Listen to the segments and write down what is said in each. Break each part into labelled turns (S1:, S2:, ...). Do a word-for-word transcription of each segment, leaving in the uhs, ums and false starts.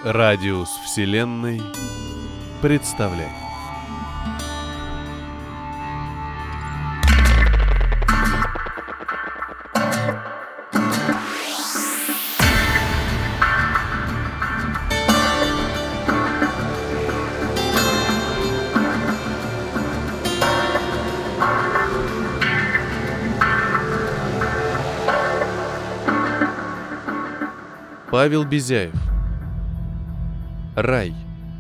S1: Радиус Вселенной представляет. Павел Безяев. Рай.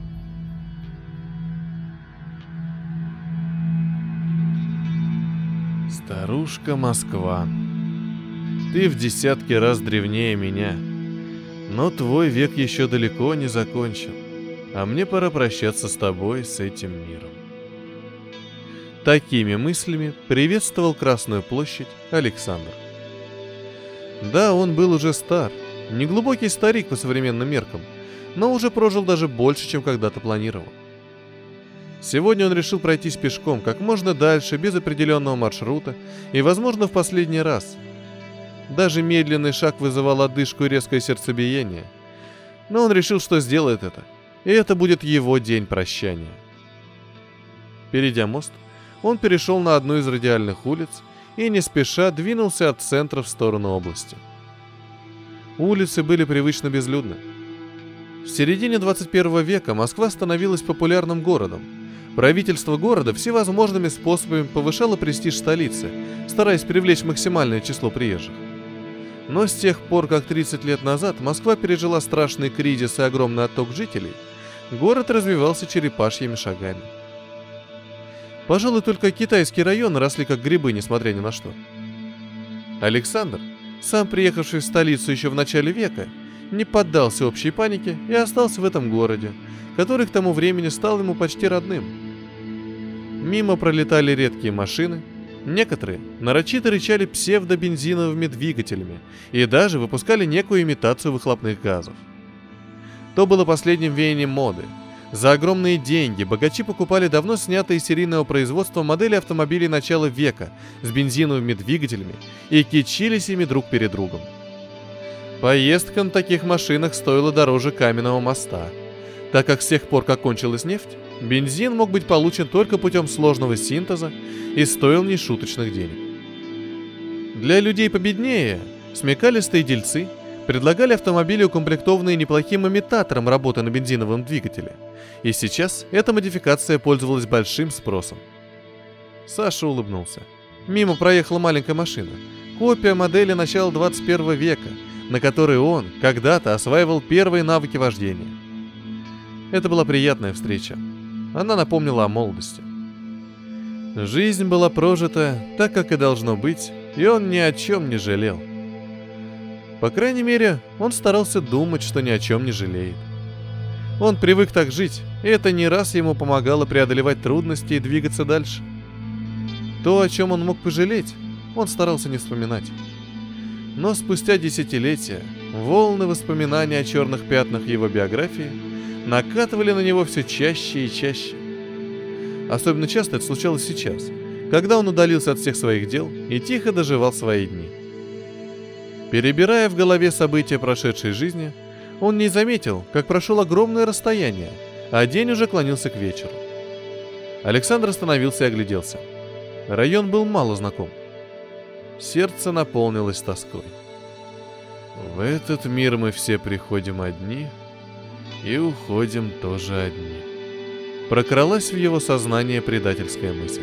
S1: Старушка Москва, ты в десятки раз древнее меня, но твой век еще далеко не закончен, а мне пора прощаться с тобой, с этим миром. Такими мыслями приветствовал Красную площадь Александр. Да, он был уже стар, неглубокий старик по современным меркам, но уже прожил даже больше, чем когда-то планировал. Сегодня он решил пройтись пешком как можно дальше, без определенного маршрута, и, возможно, в последний раз. Даже медленный шаг вызывал одышку и резкое сердцебиение. Но он решил, что сделает это, и это будет его день прощания. Перейдя мост, он перешел на одну из радиальных улиц и не спеша двинулся от центра в сторону области. Улицы были привычно безлюдны. В середине двадцать первого века Москва становилась популярным городом. Правительство города всевозможными способами повышало престиж столицы, стараясь привлечь максимальное число приезжих. Но с тех пор, как тридцать лет назад Москва пережила страшный кризис и огромный отток жителей, город развивался черепашьими шагами. Пожалуй, только китайские районы росли как грибы, несмотря ни на что. Александр, сам приехавший в столицу еще в начале века, не поддался общей панике и остался в этом городе, который к тому времени стал ему почти родным. Мимо пролетали редкие машины, некоторые нарочито рычали псевдобензиновыми двигателями и даже выпускали некую имитацию выхлопных газов. То было последним веянием моды. За огромные деньги богачи покупали давно снятые из серийного производства модели автомобилей начала века с бензиновыми двигателями и кичились ими друг перед другом. Поездка на таких машинах стоила дороже каменного моста, так как с тех пор, как кончилась нефть, бензин мог быть получен только путем сложного синтеза и стоил нешуточных денег. Для людей победнее смекалистые дельцы предлагали автомобили, укомплектованные неплохим имитатором работы на бензиновом двигателе, и сейчас эта модификация пользовалась большим спросом. Саша улыбнулся. Мимо проехала маленькая машина, копия модели начала двадцать первого века, на которой он когда-то осваивал первые навыки вождения. Это была приятная встреча. Она напомнила о молодости. Жизнь была прожита так, как и должно быть, и он ни о чем не жалел. По крайней мере, он старался думать, что ни о чем не жалеет. Он привык так жить, и это не раз ему помогало преодолевать трудности и двигаться дальше. То, о чем он мог пожалеть, он старался не вспоминать. Но спустя десятилетия волны воспоминаний о черных пятнах его биографии накатывали на него все чаще и чаще. Особенно часто это случалось сейчас, когда он удалился от всех своих дел и тихо доживал свои дни. Перебирая в голове события прошедшей жизни, он не заметил, как прошел огромное расстояние, а день уже клонился к вечеру. Александр остановился и огляделся. Район был мало знаком. Сердце наполнилось тоской. В этот мир мы все приходим одни и уходим тоже одни. Прокралась в его сознание предательская мысль.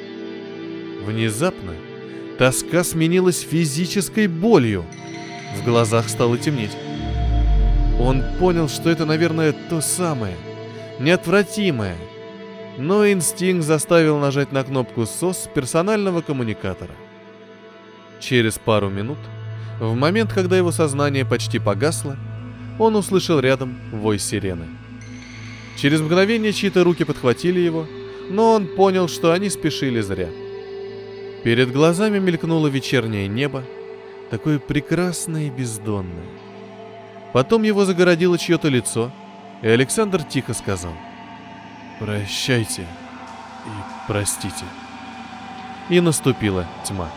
S1: Внезапно тоска сменилась физической болью. В глазах стало темнеть. Он понял, что это, наверное, то самое, неотвратимое. Но инстинкт заставил нажать на кнопку сос персонального коммуникатора. Через пару минут, в момент, когда его сознание почти погасло, он услышал рядом вой сирены. Через мгновение чьи-то руки подхватили его, но он понял, что они спешили зря. Перед глазами мелькнуло вечернее небо, такое прекрасное и бездонное. Потом его загородило чье-то лицо, и Александр тихо сказал: «Прощайте и простите». И наступила тьма.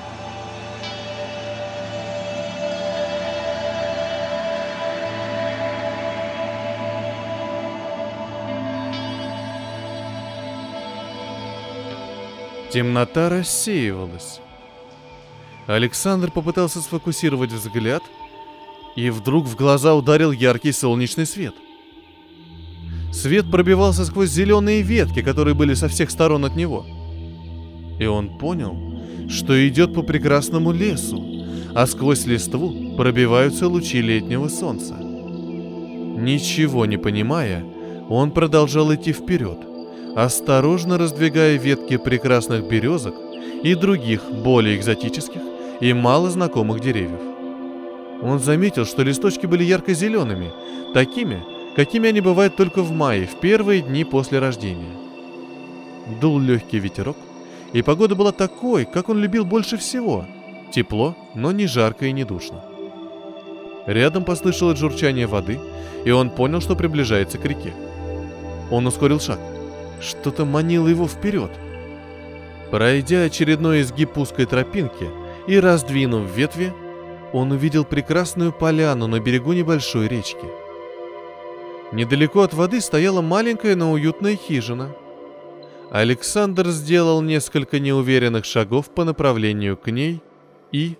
S1: Темнота рассеивалась. Александр попытался сфокусировать взгляд, и вдруг в глаза ударил яркий солнечный свет. Свет пробивался сквозь зеленые ветки, которые были со всех сторон от него. И он понял, что идет по прекрасному лесу, а сквозь листву пробиваются лучи летнего солнца. Ничего не понимая, он продолжал идти вперед, осторожно раздвигая ветки прекрасных березок и других, более экзотических и мало знакомых деревьев. Он заметил, что листочки были ярко-зелеными, такими, какими они бывают только в мае, в первые дни после рождения. Дул легкий ветерок, и погода была такой, как он любил больше всего. Тепло, но не жарко и не душно. Рядом послышалось журчание воды, и он понял, что приближается к реке. Он ускорил шаг. Что-то манило его вперед. Пройдя очередной изгиб узкой тропинки и раздвинув ветви, он увидел прекрасную поляну на берегу небольшой речки. Недалеко от воды стояла маленькая, но уютная хижина. Александр сделал несколько неуверенных шагов по направлению к ней, и...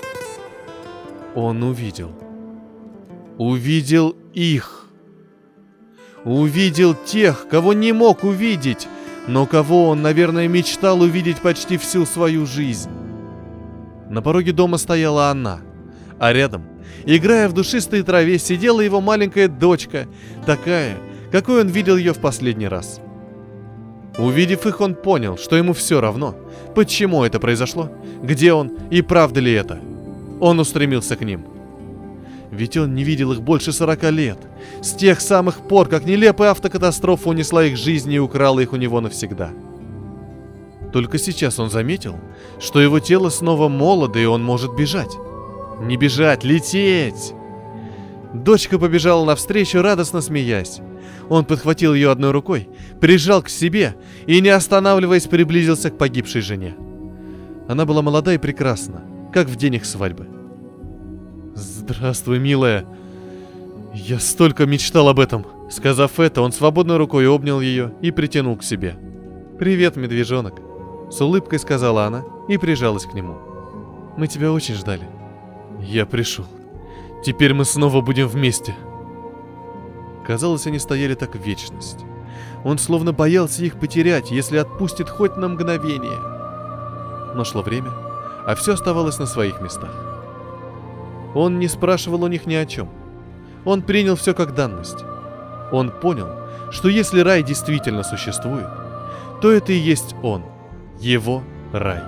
S1: он увидел. Увидел их. Увидел тех, кого не мог увидеть, но кого он, наверное, мечтал увидеть почти всю свою жизнь. На пороге дома стояла она, а рядом, играя в душистой траве, сидела его маленькая дочка, такая, какой он видел ее в последний раз. Увидев их, он понял, что ему все равно, почему это произошло, где он и правда ли это. Он устремился к ним. Ведь он не видел их больше сорока лет, с тех самых пор, как нелепая автокатастрофа унесла их жизни и украла их у него навсегда. Только сейчас он заметил, что его тело снова молодо, и он может бежать. Не бежать, лететь! Дочка побежала навстречу, радостно смеясь. Он подхватил ее одной рукой, прижал к себе и, не останавливаясь, приблизился к погибшей жене. Она была молода и прекрасна, как в день их свадьбы. «Здравствуй, милая. Я столько мечтал об этом». Сказав это, он свободной рукой обнял ее и притянул к себе. «Привет, медвежонок», — с улыбкой сказала она и прижалась к нему. «Мы тебя очень ждали». «Я пришел. Теперь мы снова будем вместе». Казалось, они стояли так в вечность. Он словно боялся их потерять, если отпустит хоть на мгновение. Но шло время, а все оставалось на своих местах. Он не спрашивал у них ни о чем. Он принял все как данность. Он понял, что если рай действительно существует, то это и есть он, его рай.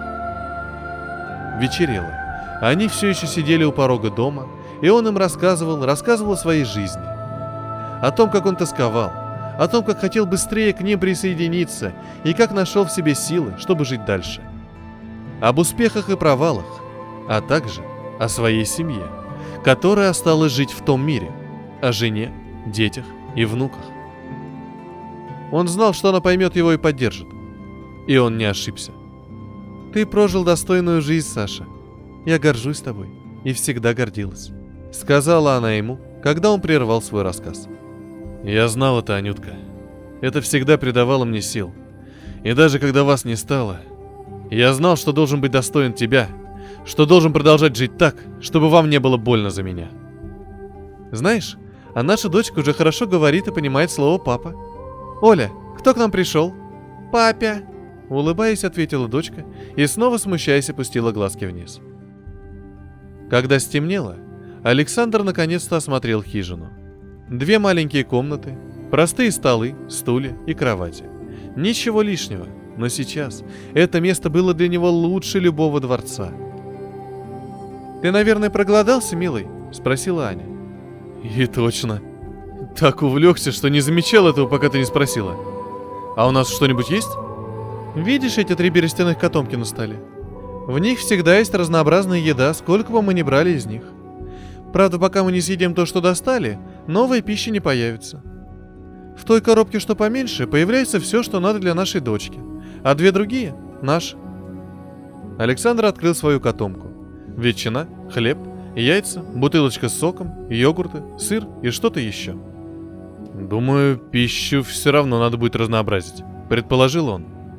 S1: Вечерело. Они все еще сидели у порога дома, и он им рассказывал, рассказывал о своей жизни. О том, как он тосковал, о том, как хотел быстрее к ним присоединиться и как нашел в себе силы, чтобы жить дальше. Об успехах и провалах, а также о своей семье, которая осталась жить в том мире, о жене, детях и внуках. Он знал, что она поймет его и поддержит. И он не ошибся. «Ты прожил достойную жизнь, Саша. Я горжусь тобой и всегда гордилась», — сказала она ему, когда он прервал свой рассказ. «Я знал это, Анютка. Это всегда придавало мне сил. И даже когда вас не стало, я знал, что должен быть достоин тебя, что должен продолжать жить так, чтобы вам не было больно за меня. Знаешь, а наша дочка уже хорошо говорит и понимает слово «папа». Оля, кто к нам пришел?» «Папя», — улыбаясь, ответила дочка и снова, смущаясь, опустила глазки вниз. Когда стемнело, Александр наконец-то осмотрел хижину. Две маленькие комнаты, простые столы, стулья и кровати. Ничего лишнего, но сейчас это место было для него лучше любого дворца. «Ты, наверное, проголодался, милый?» — спросила Аня. «И точно. Так увлекся, что не замечал этого, пока ты не спросила. А у нас что-нибудь есть?» «Видишь эти три берестяных котомки на столе? В них всегда есть разнообразная еда, сколько бы мы ни брали из них. Правда, пока мы не съедим то, что достали, новая пища не появится. В той коробке, что поменьше, появляется все, что надо для нашей дочки, а две другие — наши». Александр открыл свою котомку. Ветчина, хлеб, яйца, бутылочка с соком, йогурты, сыр и что-то еще. «Думаю, пищу все равно надо будет разнообразить», — предположил он.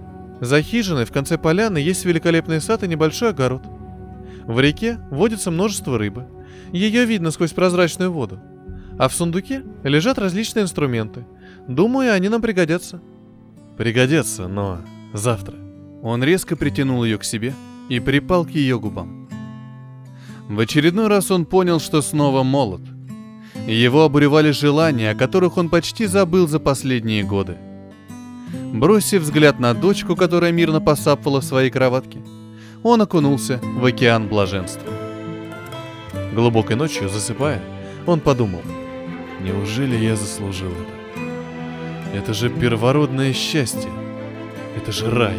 S1: За хижиной в конце поляны есть великолепный сад и небольшой огород. В реке водится множество рыбы. Ее видно сквозь прозрачную воду. А в сундуке лежат различные инструменты. Думаю, они нам пригодятся. Пригодятся, но завтра. Он резко притянул ее к себе и припал к ее губам. В очередной раз он понял, что снова молод. Его обуревали желания, о которых он почти забыл за последние годы. Бросив взгляд на дочку, которая мирно посапывала в своей кроватке, он окунулся в океан блаженства. Глубокой ночью, засыпая, он подумал: неужели я заслужил это? Это же первородное счастье. Это же рай.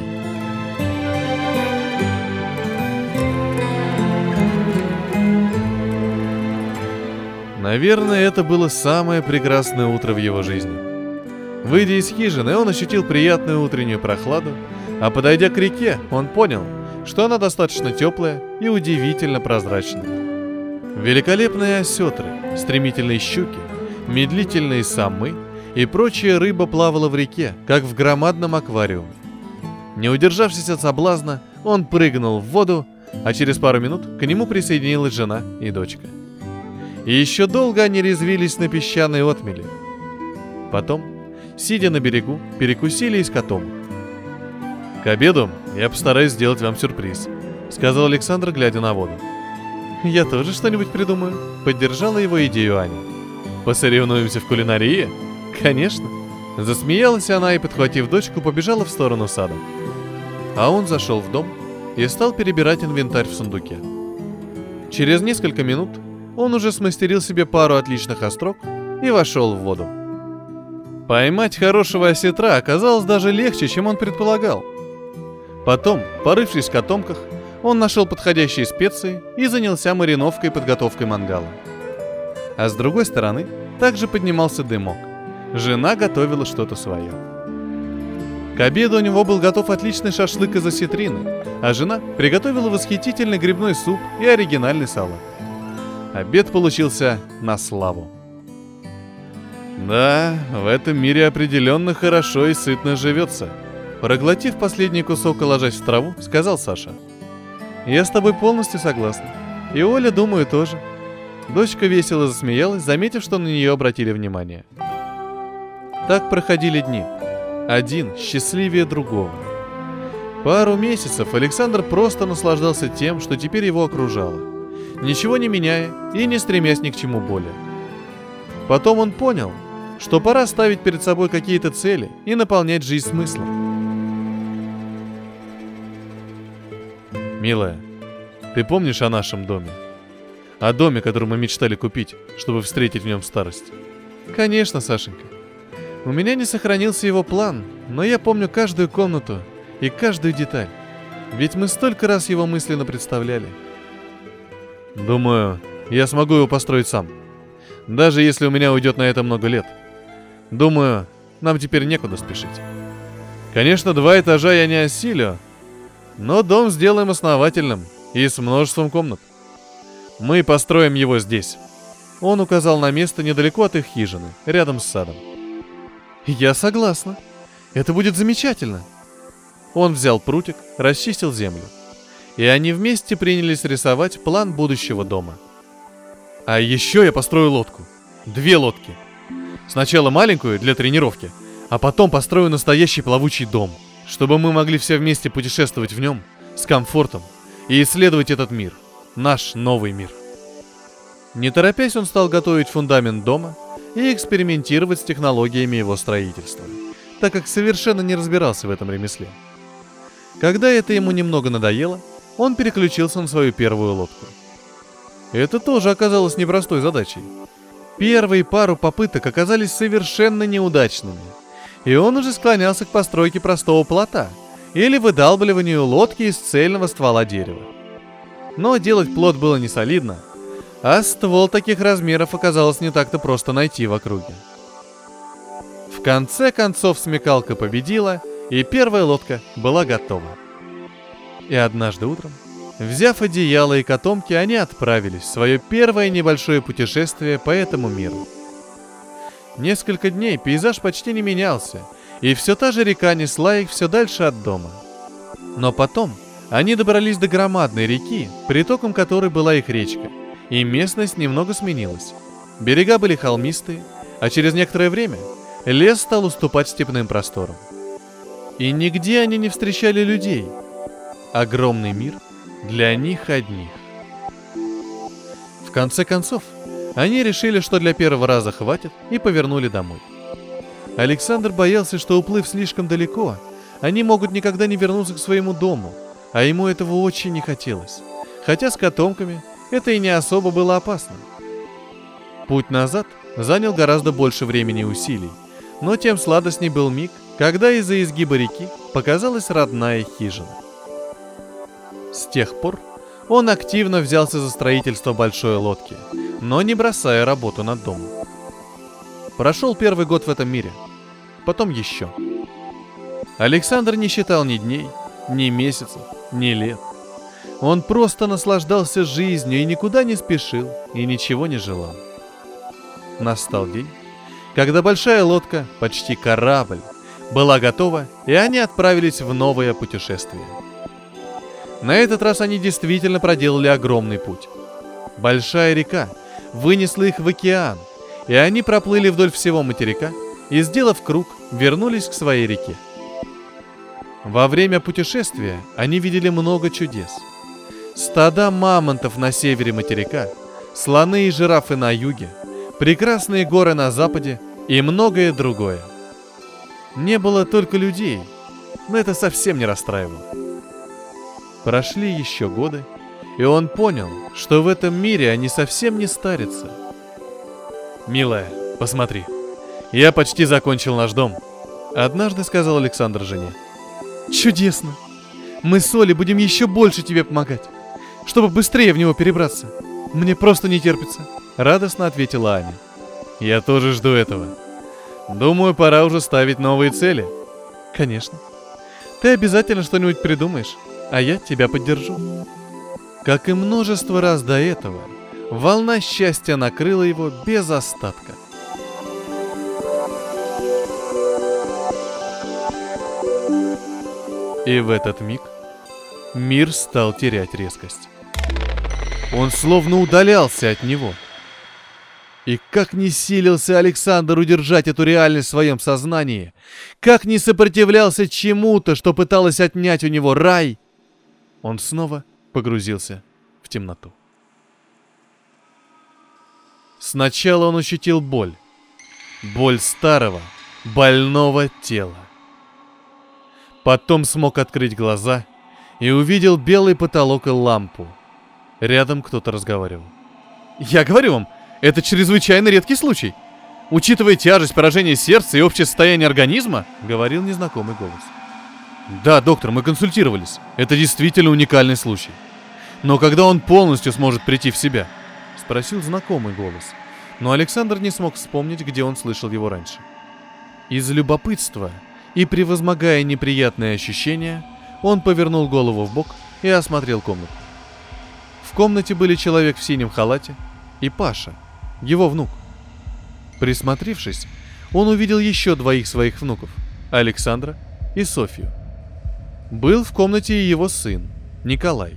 S1: Наверное, это было самое прекрасное утро в его жизни. Выйдя из хижины, он ощутил приятную утреннюю прохладу, а подойдя к реке, он понял, что она достаточно теплая и удивительно прозрачная. Великолепные осетры, стремительные щуки, медлительные самы и прочая рыба плавала в реке, как в громадном аквариуме. Не удержавшись от соблазна, он прыгнул в воду, а через пару минут к нему присоединилась жена и дочка. И еще долго они резвились на песчаной отмели. Потом, сидя на берегу, перекусили из котомок. «К обеду я постараюсь сделать вам сюрприз», — сказал Александр, глядя на воду. «Я тоже что-нибудь придумаю», — поддержала его идею Аня. «Посоревнуемся в кулинарии?» «Конечно». Засмеялась она и, подхватив дочку, побежала в сторону сада. А он зашел в дом и стал перебирать инвентарь в сундуке. Через несколько минут он уже смастерил себе пару отличных острог и вошел в воду. Поймать хорошего осетра оказалось даже легче, чем он предполагал. Потом, порывшись в котомках, он нашел подходящие специи и занялся мариновкой и подготовкой мангала. А с другой стороны также поднимался дымок. Жена готовила что-то свое. К обеду у него был готов отличный шашлык из осетрины, а жена приготовила восхитительный грибной суп и оригинальный салат. Обед получился на славу. Да, в этом мире определенно хорошо и сытно живется. Проглотив последний кусок и ложась в траву, сказал Саша. Я с тобой полностью согласна. И Оля, думаю, тоже. Дочка весело засмеялась, заметив, что на нее обратили внимание. Так проходили дни. Один счастливее другого. Пару месяцев Александр просто наслаждался тем, что теперь его окружало, ничего не меняя и не стремясь ни к чему более. Потом он понял, что пора ставить перед собой какие-то цели и наполнять жизнь смыслом. «Милая, ты помнишь о нашем доме? О доме, который мы мечтали купить, чтобы встретить в нем старость?» «Конечно, Сашенька. У меня не сохранился его план, но я помню каждую комнату и каждую деталь. Ведь мы столько раз его мысленно представляли». «Думаю, я смогу его построить сам. Даже если у меня уйдет на это много лет. Думаю, нам теперь некуда спешить. Конечно, два этажа я не осилю, но дом сделаем основательным и с множеством комнат. Мы построим его здесь». Он указал на место недалеко от их хижины, рядом с садом. «Я согласна. Это будет замечательно». Он взял прутик, расчистил землю. И они вместе принялись рисовать план будущего дома. «А еще я построю лодку. Две лодки. Сначала маленькую для тренировки, а потом построю настоящий плавучий дом, чтобы мы могли все вместе путешествовать в нем с комфортом и исследовать этот мир, наш новый мир». Не торопясь, он стал готовить фундамент дома и экспериментировать с технологиями его строительства, так как совершенно не разбирался в этом ремесле. Когда это ему немного надоело, он переключился на свою первую лодку. Это тоже оказалось непростой задачей. Первые пару попыток оказались совершенно неудачными, и он уже склонялся к постройке простого плота или выдалбливанию лодки из цельного ствола дерева. Но делать плот было не солидно, а ствол таких размеров оказалось не так-то просто найти в округе. В конце концов смекалка победила, и первая лодка была готова. И однажды утром, взяв одеяло и котомки, они отправились в свое первое небольшое путешествие по этому миру. Несколько дней пейзаж почти не менялся, и все та же река несла их все дальше от дома. Но потом они добрались до громадной реки, притоком которой была их речка, и местность немного сменилась. Берега были холмистые, а через некоторое время лес стал уступать степным просторам. И нигде они не встречали людей. Огромный мир для них одних. В конце концов, они решили, что для первого раза хватит, и повернули домой. Александр боялся, что, уплыв слишком далеко, они могут никогда не вернуться к своему дому, а ему этого очень не хотелось, хотя с котомками это и не особо было опасно. Путь назад занял гораздо больше времени и усилий, но тем сладостней был миг, когда из-за изгиба реки показалась родная хижина. С тех пор он активно взялся за строительство большой лодки, но не бросая работу над домом. Прошел первый год в этом мире, потом еще. Александр не считал ни дней, ни месяцев, ни лет. Он просто наслаждался жизнью и никуда не спешил, и ничего не желал. Настал день, когда большая лодка, почти корабль, была готова, и они отправились в новое путешествие. На этот раз они действительно проделали огромный путь. Большая река вынесла их в океан, и они проплыли вдоль всего материка и, сделав круг, вернулись к своей реке. Во время путешествия они видели много чудес. Стада мамонтов на севере материка, слоны и жирафы на юге, прекрасные горы на западе и многое другое. Не было только людей, но это совсем не расстраивало. Прошли еще годы, и он понял, что в этом мире они совсем не старятся. «Милая, посмотри, я почти закончил наш дом», — однажды сказал Александр жене. «Чудесно! Мы с Олей будем еще больше тебе помогать, чтобы быстрее в него перебраться. Мне просто не терпится», — радостно ответила Аня. «Я тоже жду этого. Думаю, пора уже ставить новые цели». «Конечно. Ты обязательно что-нибудь придумаешь, а я тебя поддержу». Как и множество раз до этого, волна счастья накрыла его без остатка. И в этот миг мир стал терять резкость. Он словно удалялся от него. И как ни силился Александр удержать эту реальность в своем сознании, как ни сопротивлялся чему-то, что пыталось отнять у него рай, он снова погрузился в темноту. Сначала он ощутил боль. Боль старого, больного тела. Потом смог открыть глаза и увидел белый потолок и лампу. Рядом кто-то разговаривал. «Я говорю вам, это чрезвычайно редкий случай. Учитывая тяжесть поражения сердца и общее состояние организма», — говорил незнакомый голос. «Да, доктор, мы консультировались. Это действительно уникальный случай. Но когда он полностью сможет прийти в себя?» — спросил знакомый голос. Но Александр не смог вспомнить, где он слышал его раньше. Из любопытства и превозмогая неприятные ощущения, он повернул голову в бок и осмотрел комнату. В комнате были человек в синем халате и Паша, его внук. Присмотревшись, он увидел еще двоих своих внуков, Александра и Софью. Был в комнате и его сын, Николай.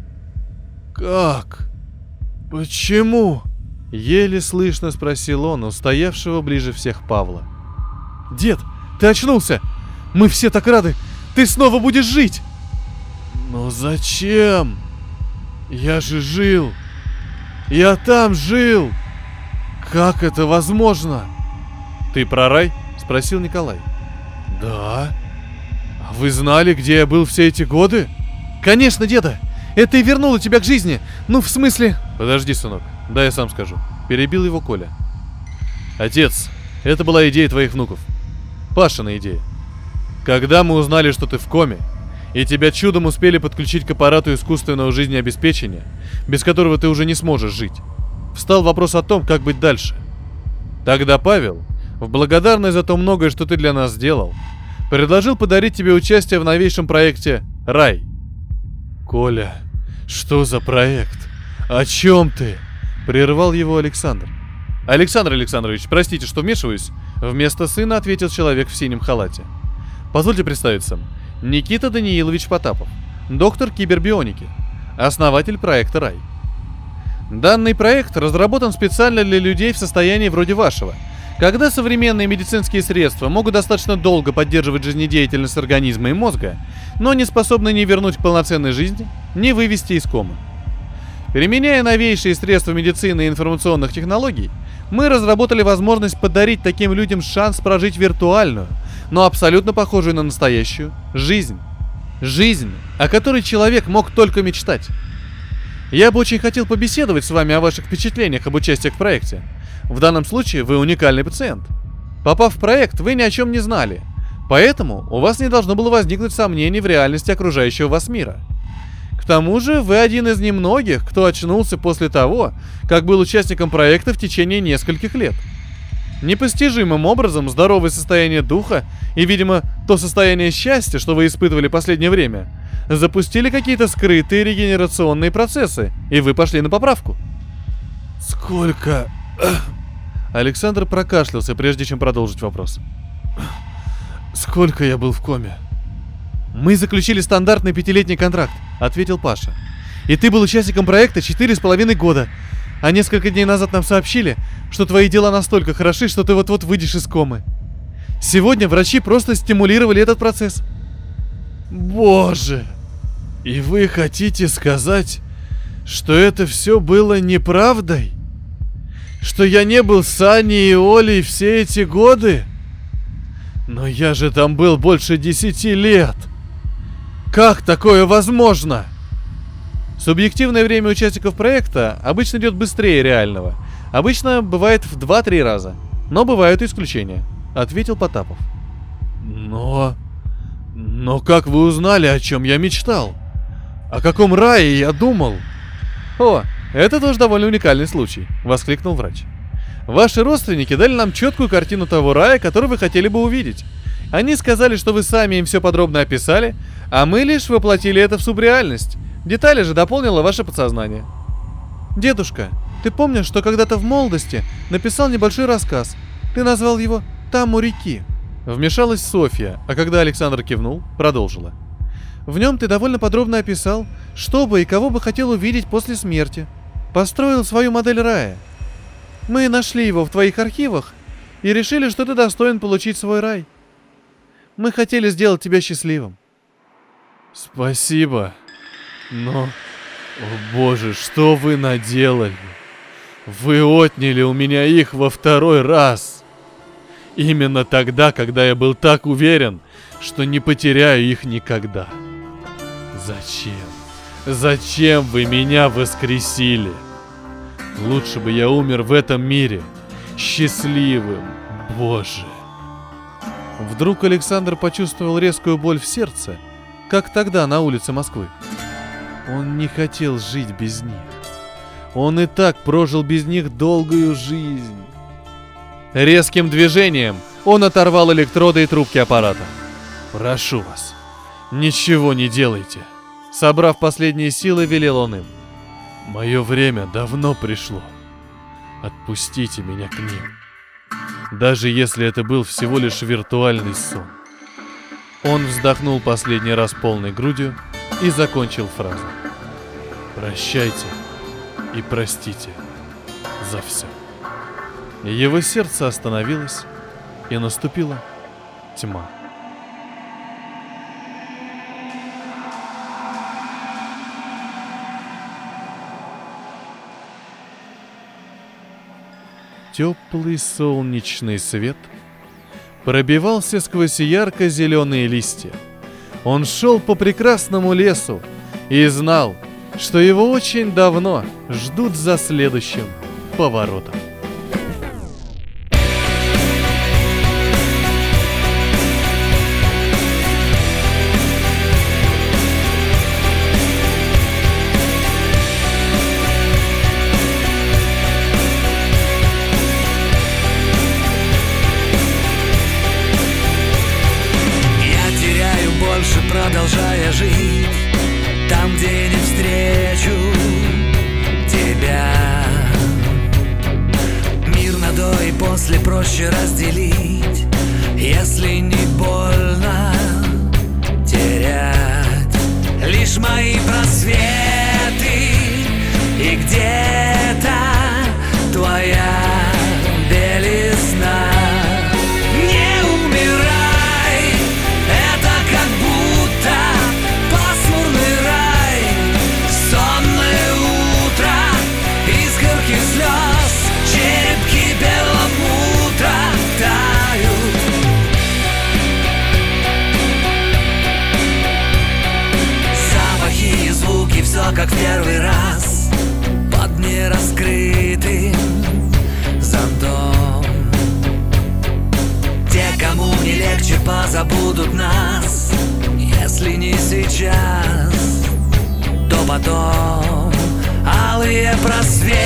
S1: «Как? Почему?» — еле слышно спросил он у стоявшего ближе всех Павла. «Дед, ты очнулся! Мы все так рады! Ты снова будешь жить!» «Но зачем? Я же жил! Я там жил! Как это возможно?» «Ты про рай?» — спросил Николай. «Да. А вы знали, где я был все эти годы?» «Конечно, деда! Это и вернуло тебя к жизни! Ну, в смысле...» «Подожди, сынок, да я сам скажу», — перебил его Коля. «Отец, это была идея твоих внуков. Пашина идея. Когда мы узнали, что ты в коме, и тебя чудом успели подключить к аппарату искусственного жизнеобеспечения, без которого ты уже не сможешь жить, встал вопрос о том, как быть дальше. Тогда Павел, в благодарность за то многое, что ты для нас сделал, предложил подарить тебе участие в новейшем проекте «Рай». «Коля, что за проект? О чем ты?» — прервал его Александр. «Александр Александрович, простите, что вмешиваюсь», — вместо сына ответил человек в синем халате. «Позвольте представиться. Никита Даниилович Потапов, доктор кибербионики, основатель проекта «Рай». Данный проект разработан специально для людей в состоянии вроде вашего, когда современные медицинские средства могут достаточно долго поддерживать жизнедеятельность организма и мозга, но не способны ни вернуть к полноценной жизни, ни вывести из комы. Применяя новейшие средства медицины и информационных технологий, мы разработали возможность подарить таким людям шанс прожить виртуальную, но абсолютно похожую на настоящую, жизнь. Жизнь, о которой человек мог только мечтать. Я бы очень хотел побеседовать с вами о ваших впечатлениях об участии в проекте. В данном случае вы уникальный пациент. Попав в проект, вы ни о чем не знали, поэтому у вас не должно было возникнуть сомнений в реальности окружающего вас мира. К тому же вы один из немногих, кто очнулся после того, как был участником проекта в течение нескольких лет. Непостижимым образом здоровое состояние духа и, видимо, то состояние счастья, что вы испытывали последнее время, запустили какие-то скрытые регенерационные процессы, и вы пошли на поправку. Сколько... Александр прокашлялся, прежде чем продолжить вопрос. Сколько я был в коме? Мы заключили стандартный пятилетний контракт, ответил Паша. И ты был участником проекта четыре с половиной года. А несколько дней назад нам сообщили, что твои дела настолько хороши, что ты вот-вот выйдешь из комы. Сегодня врачи просто стимулировали этот процесс. Боже! И вы хотите сказать, что это все было неправдой? Что я не был с Аней и Олей все эти годы? Но я же там был больше десяти лет. Как такое возможно? Субъективное время участников проекта обычно идет быстрее реального. Обычно бывает в два-три раза. Но бывают и исключения, ответил Потапов. Но... Но как вы узнали, о чем я мечтал? О каком рае я думал? О, это тоже довольно уникальный случай, воскликнул врач. Ваши родственники дали нам четкую картину того рая, который вы хотели бы увидеть. Они сказали, что вы сами им все подробно описали, а мы лишь воплотили это в субреальность. Детали же дополнило ваше подсознание. Дедушка, ты помнишь, что когда-то в молодости написал небольшой рассказ? Ты назвал его «Там у реки». Вмешалась Софья, а когда Александр кивнул, продолжила. В нем ты довольно подробно описал, что бы и кого бы хотел увидеть после смерти. Построил свою модель рая. Мы нашли его в твоих архивах и решили, что ты достоин получить свой рай. Мы хотели сделать тебя счастливым. Спасибо. Но, о боже, что вы наделали? Вы отняли у меня их во второй раз. Именно тогда, когда я был так уверен, что не потеряю их никогда. Зачем? Зачем вы меня воскресили? Лучше бы я умер в этом мире, счастливым, Боже. Вдруг Александр почувствовал резкую боль в сердце, как тогда на улице Москвы. Он не хотел жить без них. Он и так прожил без них долгую жизнь. Резким движением он оторвал электроды и трубки аппарата. «Прошу вас, ничего не делайте», — собрав последние силы, велел он им. «Мое время давно пришло. Отпустите меня к ним. Даже если это был всего лишь виртуальный сон». Он вздохнул последний раз полной грудью и закончил фразу. «Прощайте и простите за все». Его сердце остановилось, и наступила тьма. Теплый солнечный свет пробивался сквозь ярко-зеленые листья. Он шел по прекрасному лесу и знал, что его очень давно ждут за следующим поворотом.
S2: Продолжая жить там, где не встречу тебя. Мир на до и после проще разделить, если не больно тебе. лишь мои просветы, и где-то твоя белизна. Не умирай, это как будто пасмурный рай, сонное утро, искорки слез, черепки перламутра тают. Запахи и звуки, все как в первый раз, под нераскрытым зонтом. Те, кому не легче, позабудут нас, если не сейчас, то потом. Алые просветы,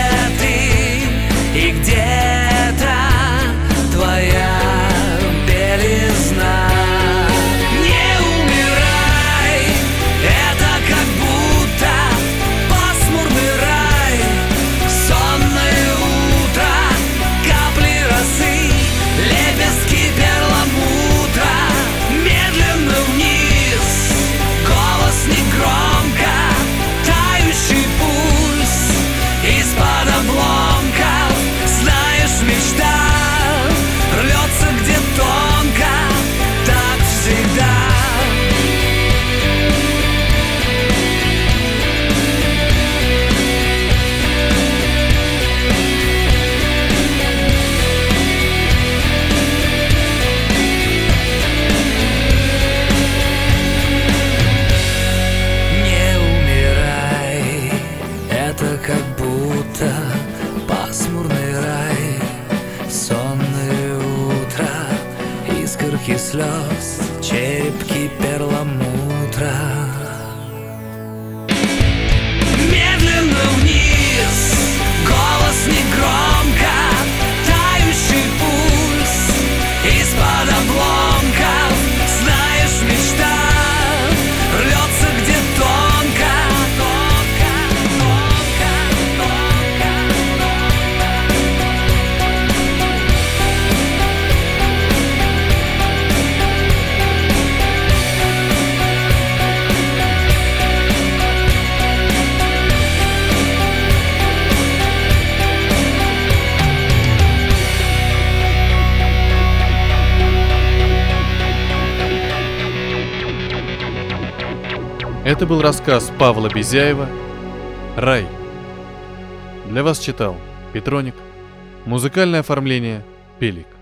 S2: и где-то твоя белизна. Не умирай, это как будто пасмурный рай, сонное утро, капли росы, лепестки перламутра. Медленно вниз, голос негромко, тающий пульс из-под обломков. Знаешь, мечта рвется где тонко, так всегда. Не умирай, это как будто пасмурный рай, сонное утро, искорки слез, черепки перламутра. Медленно вниз, голос негромко, тающий пульс из-под обломков. Знаешь, мечта рвется где тонко, тонко, тонко, тонко.
S1: Это был рассказ Павла Безяева «Рай». Для вас читал Петроник. Музыкальное оформление Пелик.